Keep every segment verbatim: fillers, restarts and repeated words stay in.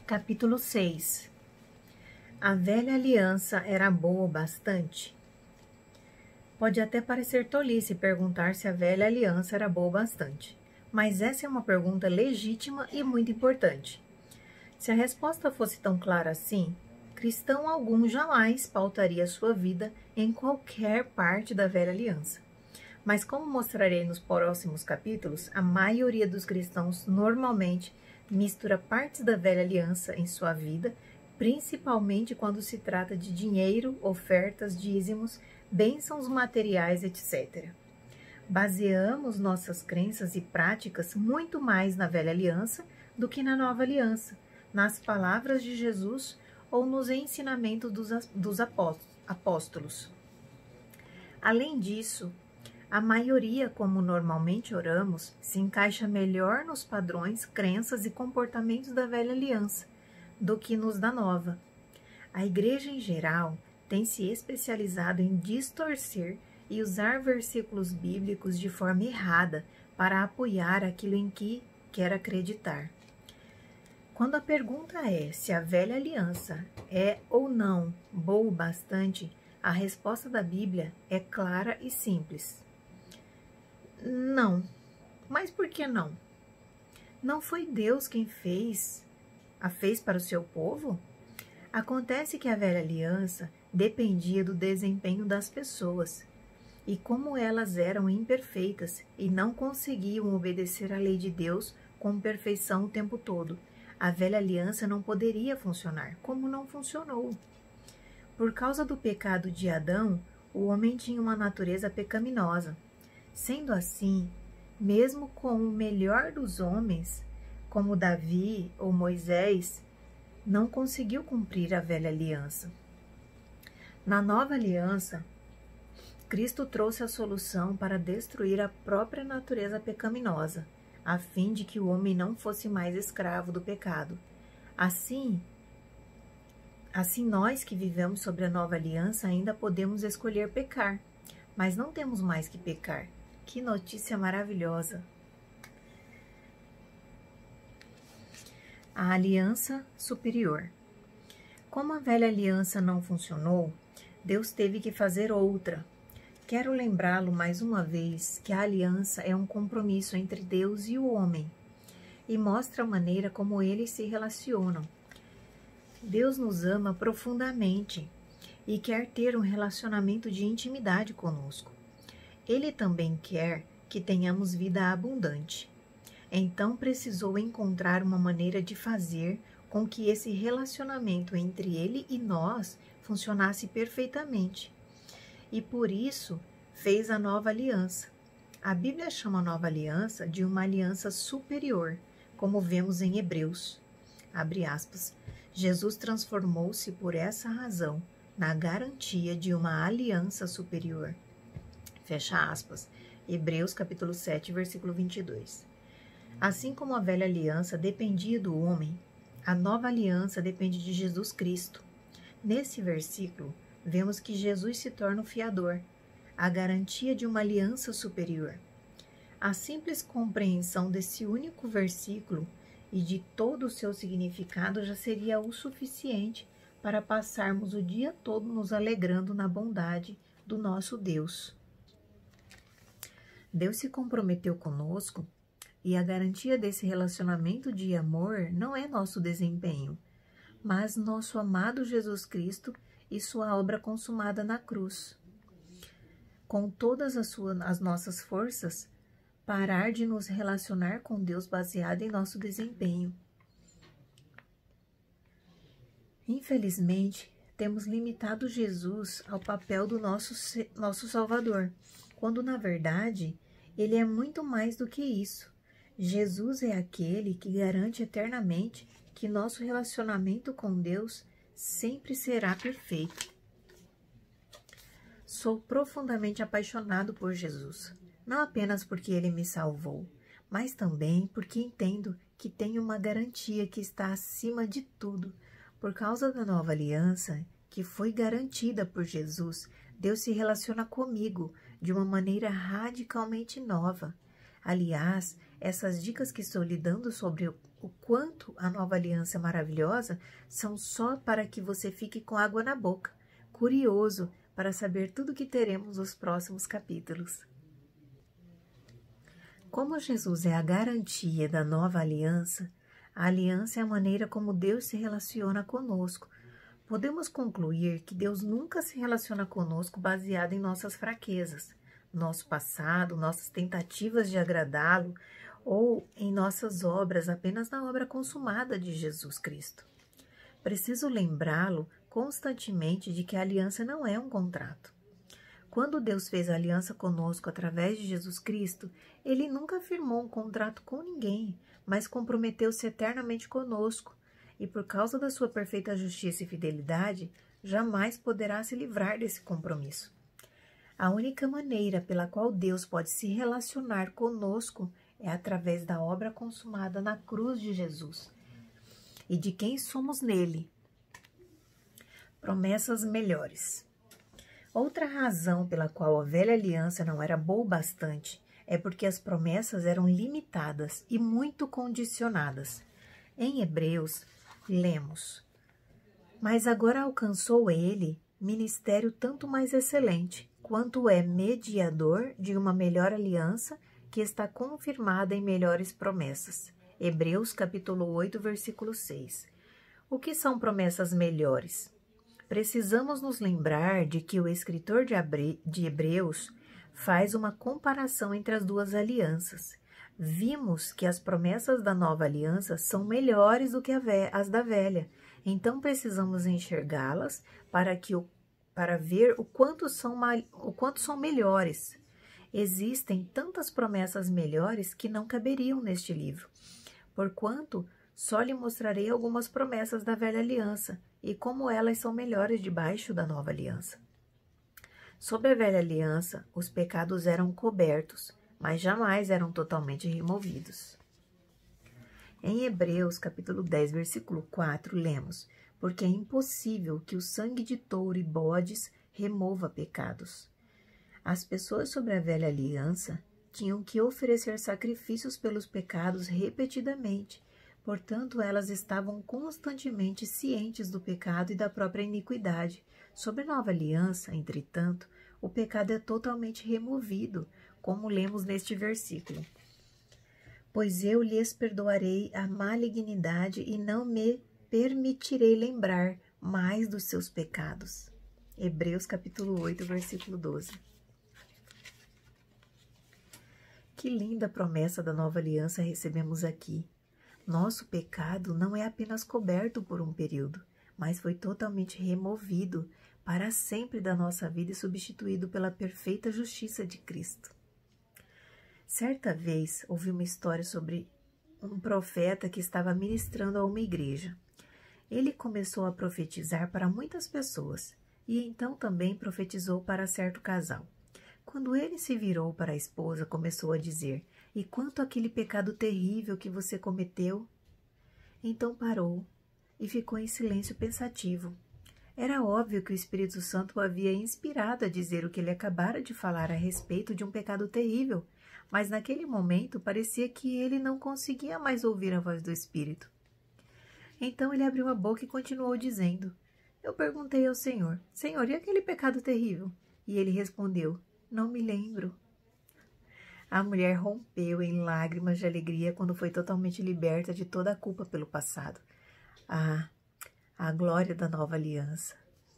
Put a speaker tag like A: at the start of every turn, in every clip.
A: Capítulo seis. A velha aliança era boa o bastante? Pode até parecer tolice perguntar se a velha aliança era boa o bastante, mas essa é uma pergunta legítima e muito importante. Se a resposta fosse tão clara assim, cristão algum jamais pautaria sua vida em qualquer parte da velha aliança. Mas como mostrarei nos próximos capítulos, a maioria dos cristãos normalmente mistura partes da velha aliança em sua vida, principalmente quando se trata de dinheiro, ofertas, dízimos, bênçãos materiais, etcétera. Baseamos nossas crenças e práticas muito mais na velha aliança do que na nova aliança, nas palavras de Jesus ou nos ensinamentos dos apóstolos. Além disso, a maioria, como normalmente oramos, se encaixa melhor nos padrões, crenças e comportamentos da velha aliança do que nos da nova. A igreja em geral tem se especializado em distorcer e usar versículos bíblicos de forma errada para apoiar aquilo em que quer acreditar. Quando a pergunta é se a velha aliança é ou não boa o bastante, a resposta da Bíblia é clara e simples. Não. Mas por que não? Não foi Deus quem fez, a fez para o seu povo? Acontece que a velha aliança dependia do desempenho das pessoas. E como elas eram imperfeitas e não conseguiam obedecer à lei de Deus com perfeição o tempo todo, a velha aliança não poderia funcionar, como não funcionou. Por causa do pecado de Adão, o homem tinha uma natureza pecaminosa. Sendo assim, mesmo com o melhor dos homens, como Davi ou Moisés, não conseguiu cumprir a velha aliança. Na nova aliança, Cristo trouxe a solução para destruir a própria natureza pecaminosa, a fim de que o homem não fosse mais escravo do pecado. Assim, assim nós que vivemos sobre a nova aliança ainda podemos escolher pecar, mas não temos mais que pecar. Que notícia maravilhosa! A aliança superior. Como a velha aliança não funcionou, Deus teve que fazer outra. Quero lembrá-lo mais uma vez que a aliança é um compromisso entre Deus e o homem e mostra a maneira como eles se relacionam. Deus nos ama profundamente e quer ter um relacionamento de intimidade conosco. Ele também quer que tenhamos vida abundante. Então precisou encontrar uma maneira de fazer com que esse relacionamento entre ele e nós funcionasse perfeitamente. E por isso fez a nova aliança. A Bíblia chama a nova aliança de uma aliança superior, como vemos em Hebreus. Abre aspas. Jesus transformou-se por essa razão na garantia de uma aliança superior. Fecha aspas. Hebreus capítulo sete, versículo vinte e dois. Assim como a velha aliança dependia do homem, a nova aliança depende de Jesus Cristo. Nesse versículo, vemos que Jesus se torna o fiador, a garantia de uma aliança superior. A simples compreensão desse único versículo e de todo o seu significado já seria o suficiente para passarmos o dia todo nos alegrando na bondade do nosso Deus. Deus se comprometeu conosco e a garantia desse relacionamento de amor não é nosso desempenho, mas nosso amado Jesus Cristo e sua obra consumada na cruz. Com todas as, suas, as nossas forças, parar de nos relacionar com Deus baseado em nosso desempenho. Infelizmente, temos limitado Jesus ao papel do nosso, nosso Salvador, quando, na verdade, ele é muito mais do que isso. Jesus é aquele que garante eternamente que nosso relacionamento com Deus sempre será perfeito. Sou profundamente apaixonado por Jesus, não apenas porque ele me salvou, mas também porque entendo que tenho uma garantia que está acima de tudo. Por causa da nova aliança, que foi garantida por Jesus, Deus se relaciona comigo de uma maneira radicalmente nova. Aliás, Essas dicas que estou lhe dando sobre o, o quanto a nova aliança é maravilhosa são só para que você fique com água na boca, curioso para saber tudo o que teremos nos próximos capítulos. Como Jesus é a garantia da nova aliança, a aliança é a maneira como Deus se relaciona conosco. Podemos concluir que Deus nunca se relaciona conosco baseado em nossas fraquezas, nosso passado, nossas tentativas de agradá-lo ou em nossas obras, apenas na obra consumada de Jesus Cristo. Preciso lembrá-lo constantemente de que a aliança não é um contrato. Quando Deus fez a aliança conosco através de Jesus Cristo, Ele nunca firmou um contrato com ninguém, mas comprometeu-se eternamente conosco, e por causa da sua perfeita justiça e fidelidade, jamais poderá se livrar desse compromisso. A única maneira pela qual Deus pode se relacionar conosco é através da obra consumada na cruz de Jesus e de quem somos nele. Promessas melhores. Outra razão pela qual a velha aliança não era boa o bastante é porque as promessas eram limitadas e muito condicionadas. Em Hebreus, lemos: Mas agora alcançou ele ministério tanto mais excelente, quanto é mediador de uma melhor aliança que está confirmada em melhores promessas. Hebreus capítulo oito, versículo seis. O que são promessas melhores? Precisamos nos lembrar de que o escritor de Hebreus faz uma comparação entre as duas alianças. Vimos que as promessas da nova aliança são melhores do que as da velha, então precisamos enxergá-las para, que o, para ver o quanto, são, o quanto são melhores. Existem tantas promessas melhores que não caberiam neste livro, porquanto só lhe mostrarei algumas promessas da velha aliança e como elas são melhores debaixo da nova aliança. Sob a velha aliança, os pecados eram cobertos, mas jamais eram totalmente removidos. Em Hebreus, capítulo dez, versículo quatro, lemos: Porque é impossível que o sangue de touro e bodes remova pecados. As pessoas sob a velha aliança tinham que oferecer sacrifícios pelos pecados repetidamente. Portanto, elas estavam constantemente cientes do pecado e da própria iniquidade. Sob a nova aliança, entretanto, o pecado é totalmente removido, como lemos neste versículo. Pois eu lhes perdoarei a malignidade e não me permitirei lembrar mais dos seus pecados. Hebreus capítulo oito, versículo doze. Que linda promessa da nova aliança recebemos aqui. Nosso pecado não é apenas coberto por um período, mas foi totalmente removido para sempre da nossa vida e substituído pela perfeita justiça de Cristo. Certa vez, ouvi uma história sobre um profeta que estava ministrando a uma igreja. Ele começou a profetizar para muitas pessoas e então também profetizou para certo casal. Quando ele se virou para a esposa, começou a dizer: E quanto àquele pecado terrível que você cometeu? Então parou e ficou em silêncio pensativo. Era óbvio que o Espírito Santo o havia inspirado a dizer o que ele acabara de falar a respeito de um pecado terrível, mas naquele momento parecia que ele não conseguia mais ouvir a voz do Espírito. Então ele abriu a boca e continuou dizendo: Eu perguntei ao Senhor: Senhor, e aquele pecado terrível? E ele respondeu: Não me lembro. A mulher rompeu em lágrimas de alegria quando foi totalmente liberta de toda a culpa pelo passado. Ah, a glória da nova aliança.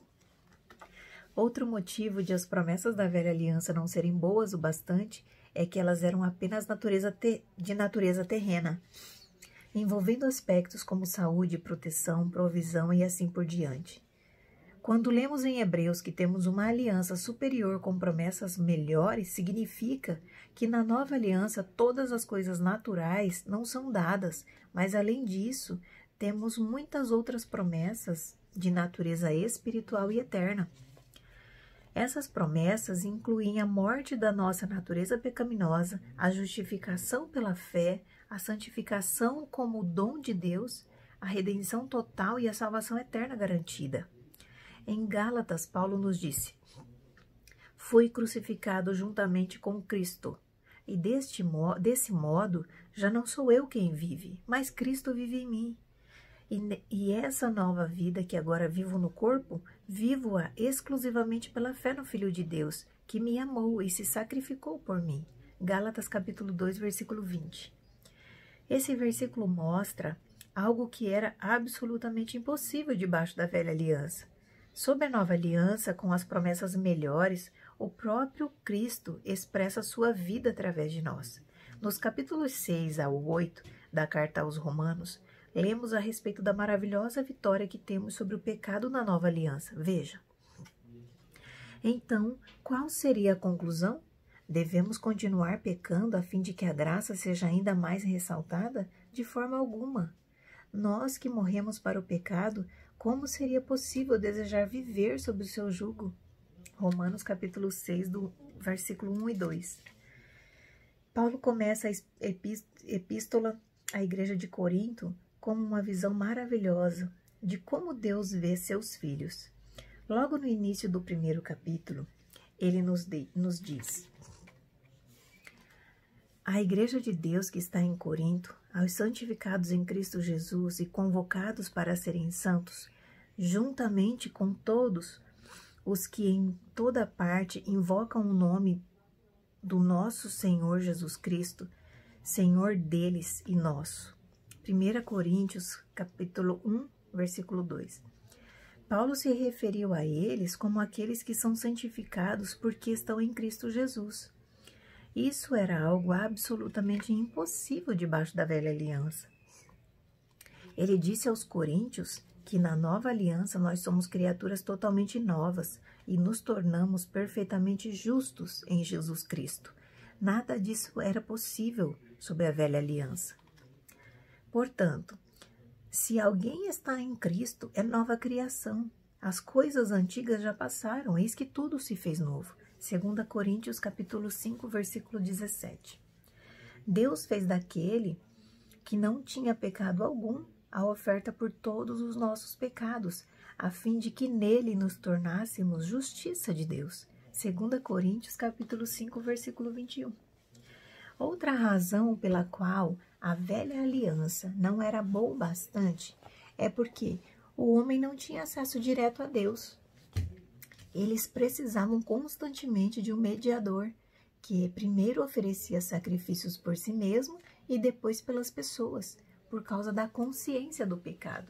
A: Outro motivo de as promessas da velha aliança não serem boas o bastante é que elas eram apenas natureza te- de natureza terrena, envolvendo aspectos como saúde, proteção, provisão e assim por diante. Quando lemos em Hebreus que temos uma aliança superior com promessas melhores, significa que na nova aliança todas as coisas naturais não são dadas, mas além disso, temos muitas outras promessas de natureza espiritual e eterna. Essas promessas incluem a morte da nossa natureza pecaminosa, a justificação pela fé, a santificação como dom de Deus, a redenção total e a salvação eterna garantida. Em Gálatas, Paulo nos disse: Fui crucificado juntamente com Cristo, E deste mo desse modo, já não sou eu quem vive, mas Cristo vive em mim. E, e essa nova vida que agora vivo no corpo, vivo-a exclusivamente pela fé no Filho de Deus, que me amou e se sacrificou por mim. Gálatas capítulo dois, versículo vinte. Esse versículo mostra algo que era absolutamente impossível debaixo da velha aliança. Sob a nova aliança, com as promessas melhores, o próprio Cristo expressa sua vida através de nós. Nos capítulos seis ao oito da carta aos Romanos, lemos a respeito da maravilhosa vitória que temos sobre o pecado na nova aliança. Veja. Então, qual seria a conclusão? Devemos continuar pecando a fim de que a graça seja ainda mais ressaltada? De forma alguma. Nós que morremos para o pecado, como seria possível desejar viver sob o seu jugo? Romanos capítulo seis, do versículo um e dois. Paulo começa a epístola à igreja de Corinto como uma visão maravilhosa de como Deus vê seus filhos. Logo no início do primeiro capítulo, ele nos, de, nos diz: a igreja de Deus que está em Corinto, aos santificados em Cristo Jesus e convocados para serem santos, juntamente com todos os que em toda parte invocam o nome do nosso Senhor Jesus Cristo, Senhor deles e nosso. primeira Coríntios, capítulo um, versículo dois. Paulo se referiu a eles como aqueles que são santificados porque estão em Cristo Jesus. Isso era algo absolutamente impossível debaixo da velha aliança. Ele disse aos coríntios que na nova aliança nós somos criaturas totalmente novas e nos tornamos perfeitamente justos em Jesus Cristo. Nada disso era possível sob a velha aliança. Portanto, se alguém está em Cristo, é nova criação. As coisas antigas já passaram, eis que tudo se fez novo. segunda Coríntios, capítulo cinco, versículo dezessete. Deus fez daquele que não tinha pecado algum a oferta por todos os nossos pecados, a fim de que nele nos tornássemos justiça de Deus. segunda Coríntios, capítulo cinco, versículo vinte e um. Outra razão pela qual a velha aliança não era boa o bastante é porque o homem não tinha acesso direto a Deus. Eles precisavam constantemente de um mediador, que primeiro oferecia sacrifícios por si mesmo e depois pelas pessoas, por causa da consciência do pecado.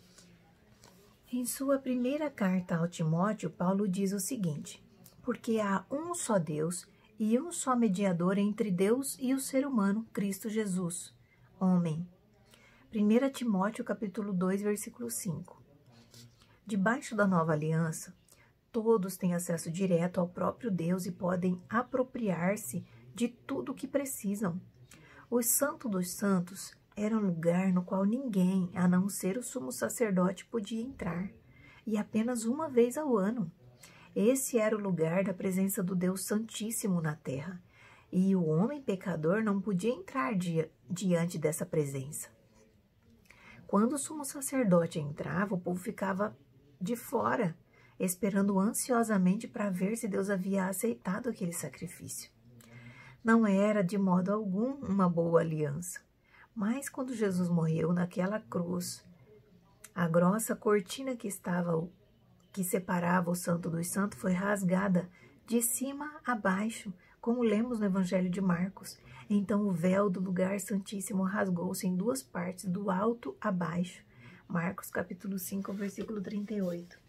A: Em sua primeira carta ao Timóteo, Paulo diz o seguinte: porque há um só Deus e um só mediador entre Deus e o ser humano, Cristo Jesus, homem. primeira Timóteo, capítulo dois, versículo cinco. Debaixo da nova aliança, todos têm acesso direto ao próprio Deus e podem apropriar-se de tudo o que precisam. O Santo dos Santos era um lugar no qual ninguém, a não ser o sumo sacerdote, podia entrar, e apenas uma vez ao ano. Esse era o lugar da presença do Deus Santíssimo na terra, e o homem pecador não podia entrar di- diante dessa presença. Quando o sumo sacerdote entrava, o povo ficava de fora, esperando ansiosamente para ver se Deus havia aceitado aquele sacrifício. Não era de modo algum uma boa aliança, mas quando Jesus morreu naquela cruz, a grossa cortina que estava que separava o Santo dos Santos foi rasgada de cima a baixo, como lemos no Evangelho de Marcos. Então o véu do lugar santíssimo rasgou-se em duas partes, do alto a baixo. Marcos capítulo cinco, versículo trinta e oito.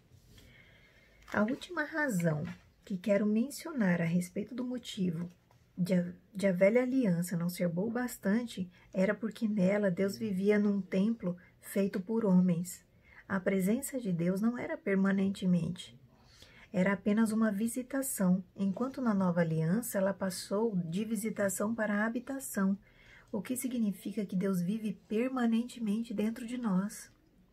A: A última razão que quero mencionar a respeito do motivo de a, de a velha aliança não ser boa o bastante era porque nela Deus vivia num templo feito por homens. A presença de Deus não era permanentemente. Era apenas uma visitação, enquanto na nova aliança ela passou de visitação para habitação, o que significa que Deus vive permanentemente dentro de nós.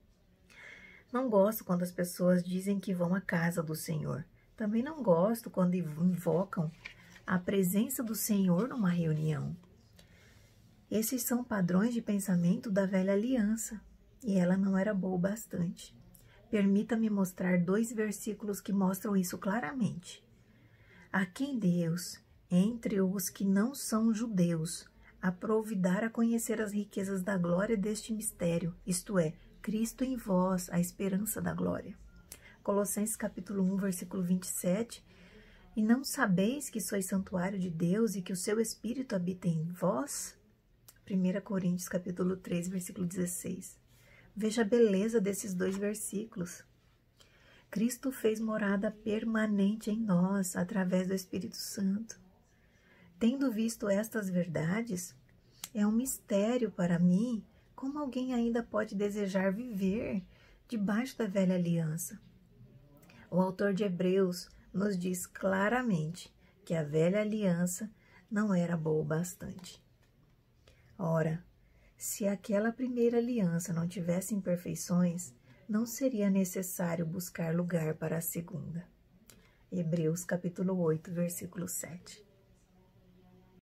A: Não gosto quando as pessoas dizem que vão à casa do Senhor. Também não gosto quando invocam a presença do Senhor numa reunião. Esses são padrões de pensamento da velha aliança, e ela não era boa o bastante. Permita-me mostrar dois versículos que mostram isso claramente. A quem Deus entre os que não são judeus, aprove dar a conhecer as riquezas da glória deste mistério, isto é, Cristo em vós, a esperança da glória. Colossenses capítulo um, versículo vinte e sete. E não sabeis que sois santuário de Deus e que o seu Espírito habita em vós? primeira Coríntios capítulo três, versículo dezesseis. Veja a beleza desses dois versículos. Cristo fez morada permanente em nós, através do Espírito Santo. Tendo visto estas verdades, é um mistério para mim como alguém ainda pode desejar viver debaixo da velha aliança. O autor de Hebreus nos diz claramente que a velha aliança não era boa o bastante. Ora, se aquela primeira aliança não tivesse imperfeições, não seria necessário buscar lugar para a segunda. Hebreus capítulo oito, versículo sete.